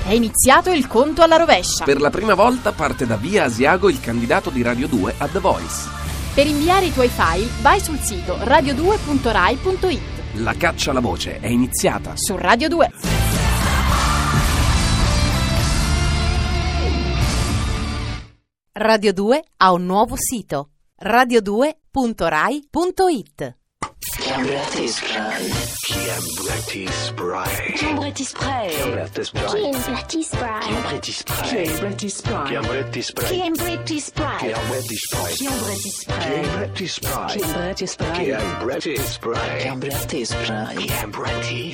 È iniziato il conto alla rovescia. Per la prima volta parte da Via Asiago il candidato di Radio 2 a The Voice. Per inviare i tuoi file vai sul sito radio2.rai.it. La caccia alla voce è iniziata Su Radio 2. Radio 2 ha un nuovo sito: radio2.rai.it. Chiambretti Spray. Chiambretti Spray. Chiambretti Spray. Chiambretti Spray. Chiambretti Spray. Chiambretti Spray. Chiambretti Spray. Chiambretti Spray. Chiambretti Spray. Chiambretti Spray. Chiambretti Spray. Chiambretti Spray. Chiambretti Spray. Chiambretti Spray. Chiambretti Spray. Chiambretti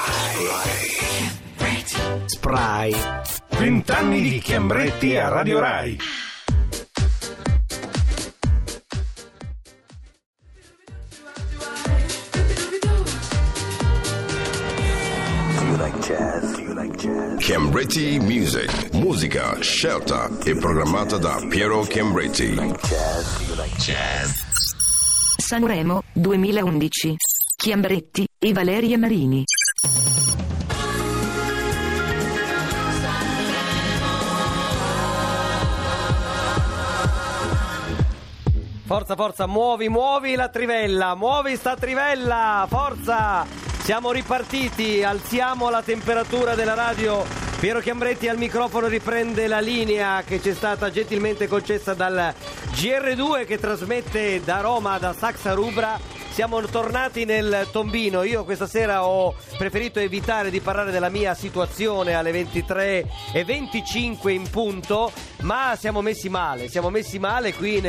Spray. Spray. 20 anni di Chiambretti a Radio Rai. Chiambretti Music, musica scelta e programmata da Piero Chiambretti. Sanremo 2011. Chiambretti e Valeria Marini. Forza, forza, muovi la trivella, muovi sta trivella, forza! Siamo ripartiti, alziamo la temperatura della radio. Piero Chiambretti al microfono riprende la linea che ci è stata gentilmente concessa dal GR2 che trasmette da Roma, da Saxa Rubra. Siamo tornati nel tombino. Io questa sera ho preferito evitare di parlare della mia situazione alle 23:25 in punto, ma siamo messi male qui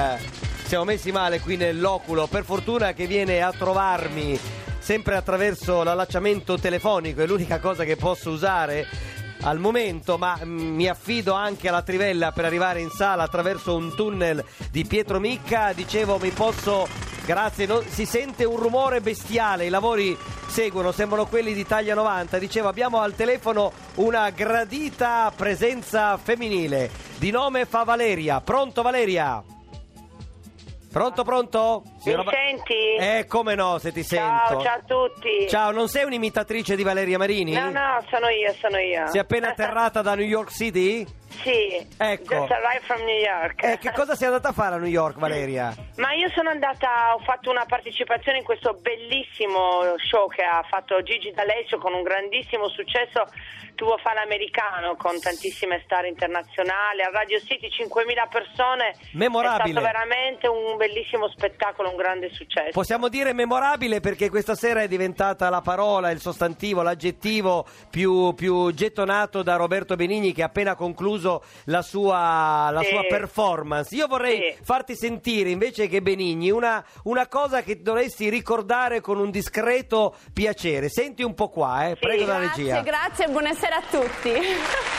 nell'oculo. Per fortuna che viene a trovarmi sempre attraverso l'allacciamento telefonico, è l'unica cosa che posso usare al momento, ma mi affido anche alla trivella per arrivare in sala attraverso un tunnel di Pietro Micca. Dicevo, grazie, si sente un rumore bestiale, i lavori seguono, sembrano quelli di Italia 90. Dicevo, abbiamo al telefono una gradita presenza femminile, di nome fa Valeria. Pronto Valeria? Pronto? Mi senti? Come no, se ti sento. Ciao a tutti. Ciao, non sei un'imitatrice di Valeria Marini? No, sono io. Sei appena atterrata da New York City? Sì, ecco. Just arrived from New York. Che cosa sei andata a fare a New York, Valeria? Ma io ho fatto una partecipazione in questo bellissimo show che ha fatto Gigi D'Alessio con un grandissimo successo, Tuo Fan Americano, con tantissime star internazionali, a Radio City 5.000 persone. Memorabile. È stato veramente un bellissimo spettacolo, un grande successo. Possiamo dire memorabile perché questa sera è diventata la parola, il sostantivo, l'aggettivo più gettonato da Roberto Benigni, che ha appena concluso la sua performance. Io vorrei farti sentire, invece che Benigni, una cosa che dovresti ricordare con un discreto piacere. Senti un po' qua, prego la regia. Grazie, buonasera a tutti. Grazie.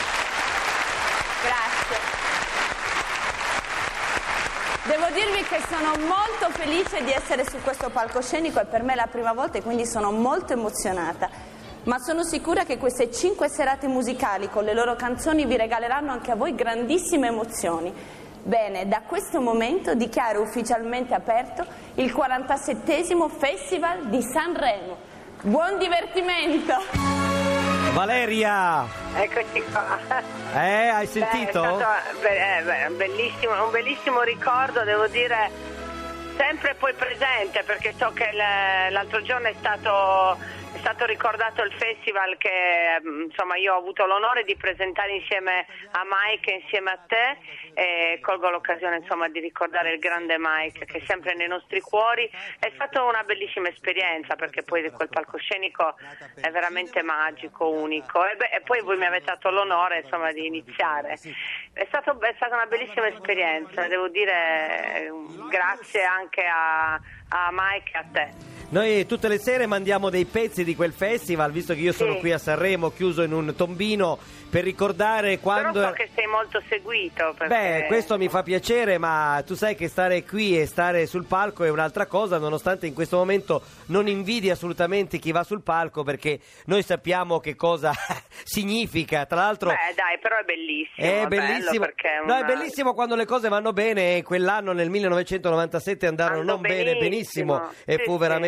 Devo dirvi che sono molto felice di essere su questo palcoscenico, è per me la prima volta e quindi sono molto emozionata. Ma sono sicura che queste 5 serate musicali con le loro canzoni vi regaleranno anche a voi grandissime emozioni. Bene, da questo momento dichiaro ufficialmente aperto il 47esimo Festival di Sanremo. Buon divertimento! Valeria! Eccoci qua. Hai sentito? È stato un bellissimo ricordo, devo dire, sempre poi presente, perché so che l'altro giorno è stato ricordato il festival che insomma io ho avuto l'onore di presentare insieme a Mike e insieme a te, e colgo l'occasione insomma di ricordare il grande Mike che è sempre nei nostri cuori. È stata una bellissima esperienza, perché poi quel palcoscenico è veramente magico, unico, e poi voi mi avete dato l'onore insomma di iniziare. È stata una bellissima esperienza, devo dire, grazie anche a Mike e a te. Noi tutte le sere mandiamo dei pezzi di quel festival, visto che io sono qui a Sanremo, chiuso in un tombino, per ricordare quando... Però so che sei molto seguito. Perché... Beh, questo mi fa piacere, ma tu sai che stare qui e stare sul palco è un'altra cosa, nonostante in questo momento non invidi assolutamente chi va sul palco, perché noi sappiamo che cosa significa. Tra l'altro... Beh, dai, però è bellissimo. È bellissimo. No, è bellissimo quando le cose vanno bene, e quell'anno nel 1997 andarono non bene, benissimo, e fu veramente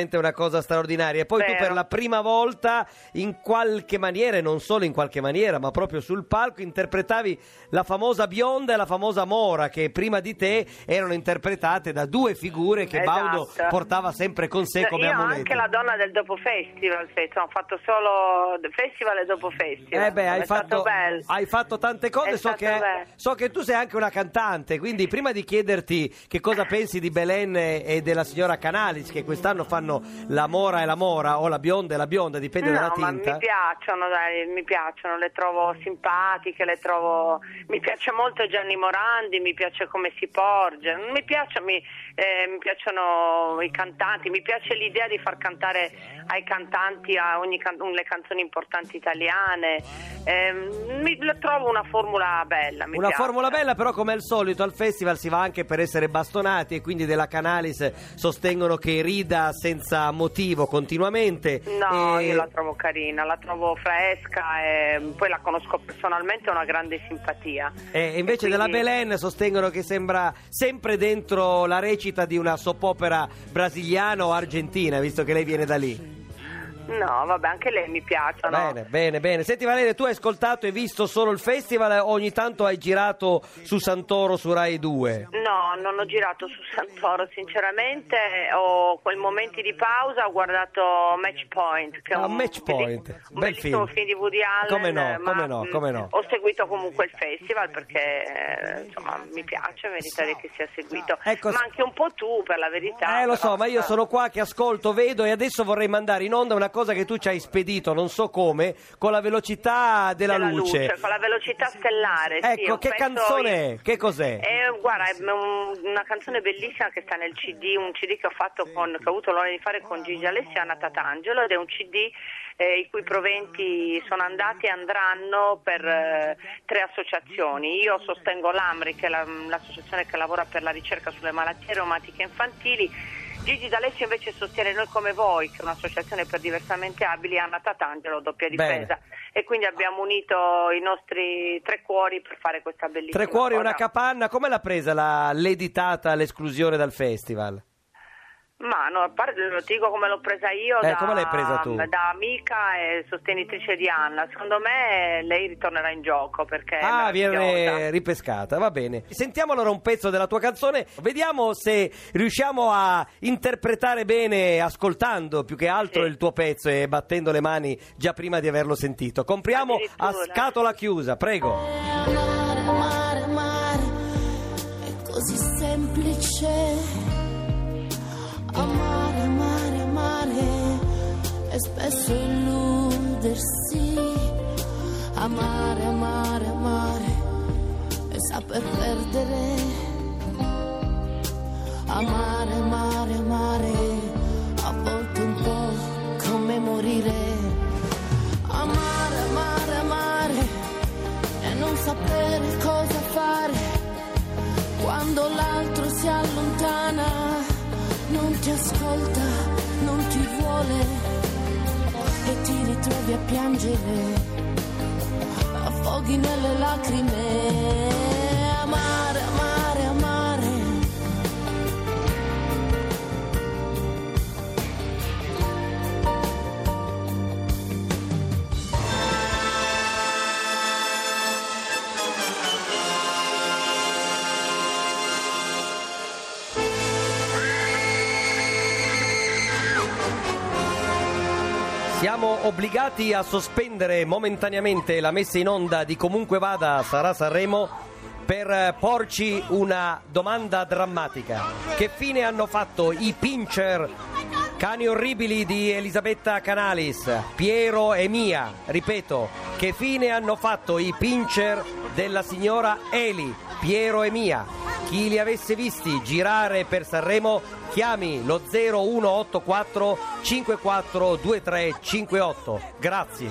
veramente una cosa straordinaria. E poi tu per la prima volta, in qualche maniera, e non solo in qualche maniera, ma proprio sul palco, interpretavi la famosa bionda e la famosa mora, che prima di te erano interpretate da due figure che Baudo portava sempre con sé come amuleto. Io anche la donna del dopo festival, ho fatto solo festival e dopo festival. Hai fatto tante cose, so che tu sei anche una cantante, quindi prima di chiederti che cosa pensi di Belen e della signora Canalis, che quest'anno fanno la mora e la mora, o la bionda e la bionda, dipende dalla tinta. Ma mi piacciono, le trovo simpatiche, mi piace molto Gianni Morandi, mi piace come si porge, mi piacciono i cantanti, mi piace l'idea di far cantare ai cantanti le canzoni importanti italiane, trovo una formula bella. Formula bella, però come al solito al festival si va anche per essere bastonati, e quindi della Canalis sostengono che rida senza motivo continuamente. No, io la trovo carina, la trovo fresca, e poi la conosco personalmente, è una grande simpatia. E invece della Belen sostengono che sembra sempre dentro la recita di una soap opera brasiliana o argentina, visto che lei viene da lì. No, vabbè, anche lei mi piacciono. Bene. Senti Valeria, tu hai ascoltato e visto solo il festival o ogni tanto hai girato su Santoro su Rai 2? No, non ho girato su Santoro, sinceramente. Ho quei momenti di pausa, ho guardato Match Point, che è un bellissimo film di Woody Allen. Come no. Ho seguito comunque il festival perché insomma mi piace, meriterebbe che sia seguito. Ecco, ma anche un po' tu, per la verità. Lo so, ma io sono qua che ascolto, vedo, e adesso vorrei mandare in onda una cosa che tu ci hai spedito, non so come, con la velocità della luce, con la velocità stellare. Ecco, che canzone è? Che cos'è? Guarda, è una canzone bellissima che sta nel CD, un CD che ho fatto che ho avuto l'onore di fare con Gigi Alessi e Anna Tatangelo, ed è un CD i cui proventi sono andati e andranno per 3 associazioni. Io sostengo l'AMRI, che è l'associazione che lavora per la ricerca sulle malattie reumatiche infantili. Gigi D'Alessio invece sostiene Noi Come Voi, che è un'associazione per diversamente abili, Anna Tatangelo, doppia difesa. E quindi abbiamo unito i nostri 3 cuori per fare questa bellissima 3 cuori e cosa. Una capanna. Come l'ha presa l'editata, l'esclusione dal festival? Ma no, a parte lo dico come l'ho presa io, come l'hai presa tu? Da amica e sostenitrice di Anna. Secondo me lei ritornerà in gioco, perché viene ripescata, va bene. Sentiamo allora un pezzo della tua canzone, vediamo se riusciamo a interpretare bene ascoltando più che altro il tuo pezzo e battendo le mani già prima di averlo sentito. Compriamo a scatola chiusa, prego. Amare, è così semplice. Amare, e spesso illudersi. Amare, e saper perdere. Amare, a volte un po' come morire. Amare, e non sapere cosa fare quando l'altro si allontana. Non ti ascolta, non ti vuole, e ti ritrovi a piangere, affoghi nelle lacrime. Amare. Siamo obbligati a sospendere momentaneamente la messa in onda di Comunque Vada sarà Sanremo per porci una domanda drammatica. Che fine hanno fatto i Pincher, cani orribili di Elisabetta Canalis, Piero e Mia? Ripeto, che fine hanno fatto i Pincher della signora Eli, Piero e Mia? Chi li avesse visti girare per Sanremo chiami lo 0184 542358. Grazie.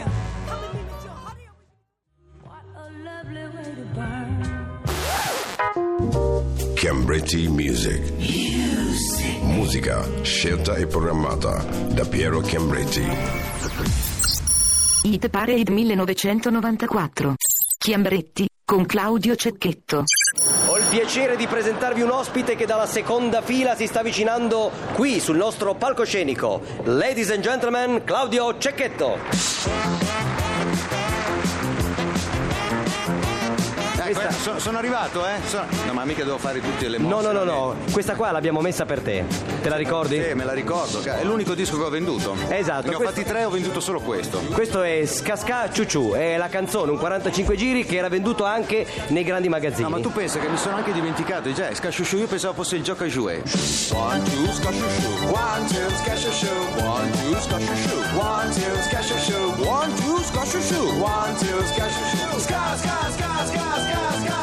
Chiambretti Music. Musica scelta e programmata da Piero Chiambretti. Hit Parade 1994. Chiambretti con Claudio Cecchetto. piacere di presentarvi un ospite che dalla seconda fila si sta avvicinando qui sul nostro palcoscenico. Ladies and gentlemen, Claudio Cecchetto. Sono arrivato, No, ma mica devo fare tutte le mosse. No. Questa qua l'abbiamo messa per te. Te la ricordi? Sì, me la ricordo. È l'unico disco che ho venduto. Esatto. Ne ho fatti 3, ho venduto solo questo. Questo è Ska Ciuciù, è la canzone, un 45 giri che era venduto anche nei grandi magazzini. No, ma tu pensa che mi sono anche dimenticato. Già, Ska Ciuciù, io pensavo fosse il gioco a jouet. 1, 2, Ska Ciuciù. 1, 2, Ska Ciuciù. 1, 2, Ska Ciuciù. 1, 2, Ska Ciuciù. 1, 2, Ska Ciuciù. 1, 2, Ska Ciuciù. Ska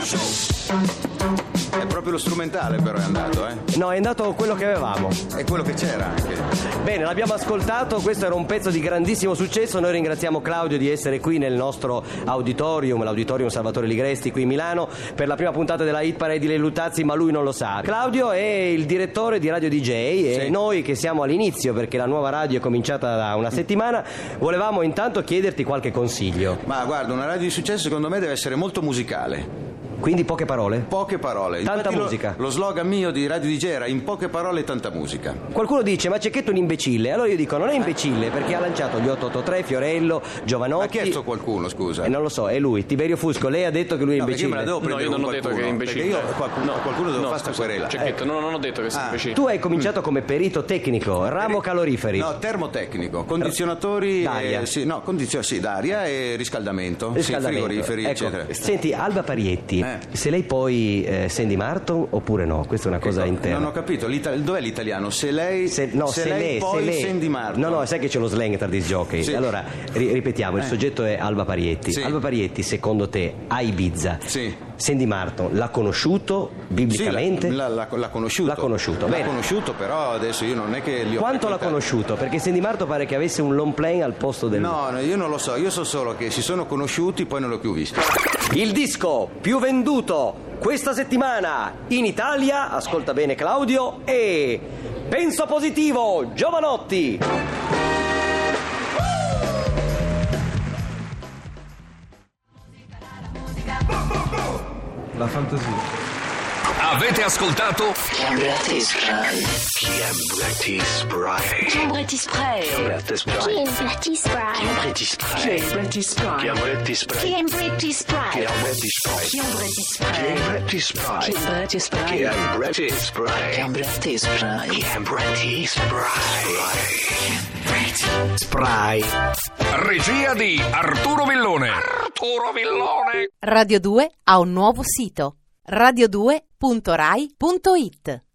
È proprio lo strumentale, però è andato, No, è andato quello che avevamo. È quello che c'era anche. Bene, l'abbiamo ascoltato, questo era un pezzo di grandissimo successo. Noi ringraziamo Claudio di essere qui nel nostro auditorium, l'auditorium Salvatore Ligresti qui in Milano, per la prima puntata della Hit Parade di Lei Luttazzi, ma lui non lo sa. Claudio è il direttore di Radio DJ e noi che siamo all'inizio, perché la nuova radio è cominciata da una settimana, volevamo intanto chiederti qualche consiglio. Ma guarda, una radio di successo secondo me deve essere molto musicale. Quindi poche parole? Poche parole. Tanta Infatti musica. Lo slogan mio di Radio DJ era in poche parole tanta musica. Qualcuno dice, ma Cecchetto è un imbecille. Allora io dico, non è imbecille, perché ha lanciato gli 883, Fiorello, Giovanotti. Ma chi è sto qualcuno, scusa? Non lo so, è lui, Tiberio Fusco. Lei ha detto che lui è imbecille. No, me la devo prendere. No, io non ho detto che è imbecille. Perché io qualcuno devo fare sta querela. Cecchetto, no, non ho detto che sei imbecille. Tu hai cominciato come perito tecnico, ramo caloriferi. No, termotecnico, condizionatori d'aria. D'aria e riscaldamento. Sì, frigoriferi, eccetera. Senti, Alba Parietti, se lei poi Sandy Martin oppure no? Questa è una cosa interna. Non ho capito, dov'è l'italiano? Se lei poi Sandy Martin. No, sai che c'è lo slang tra disc jockey. Sì. Allora, ripetiamo, il soggetto è Alba Parietti. Sì. Alba Parietti, secondo te, a Ibiza, Sandy Martin l'ha conosciuto biblicamente? Sì, l'ha conosciuto. L'ha conosciuto, bene. L'ha conosciuto, però adesso io non è che li ho Quanto l'ha conosciuto? Perché Sandy Martin pare che avesse un long plane al posto del... No, io non lo so, io so solo che si sono conosciuti, poi non l'ho più visto. Il disco più venduto questa settimana in Italia, ascolta bene Claudio, è Penso Positivo, Giovanotti. La fantasia. Avete ascoltato? Chiambretti Spray. Chiambretti Spray. Chiambretti Spray. Chiambretti Spray. Chiambretti Spray. Chiambretti Spray. Chiambretti Spray. Chiambretti Spray. Chiambretti Spray. Chiambretti Spray. Chiambretti Spray. Chiambretti Spray. Chiambretti Spray. Chiambretti Spray. Chiambretti Spray. Chiambretti Spray. Spray. Regia di Arturo Villone. Radio 2 ha un nuovo sito: radio2.rai.it.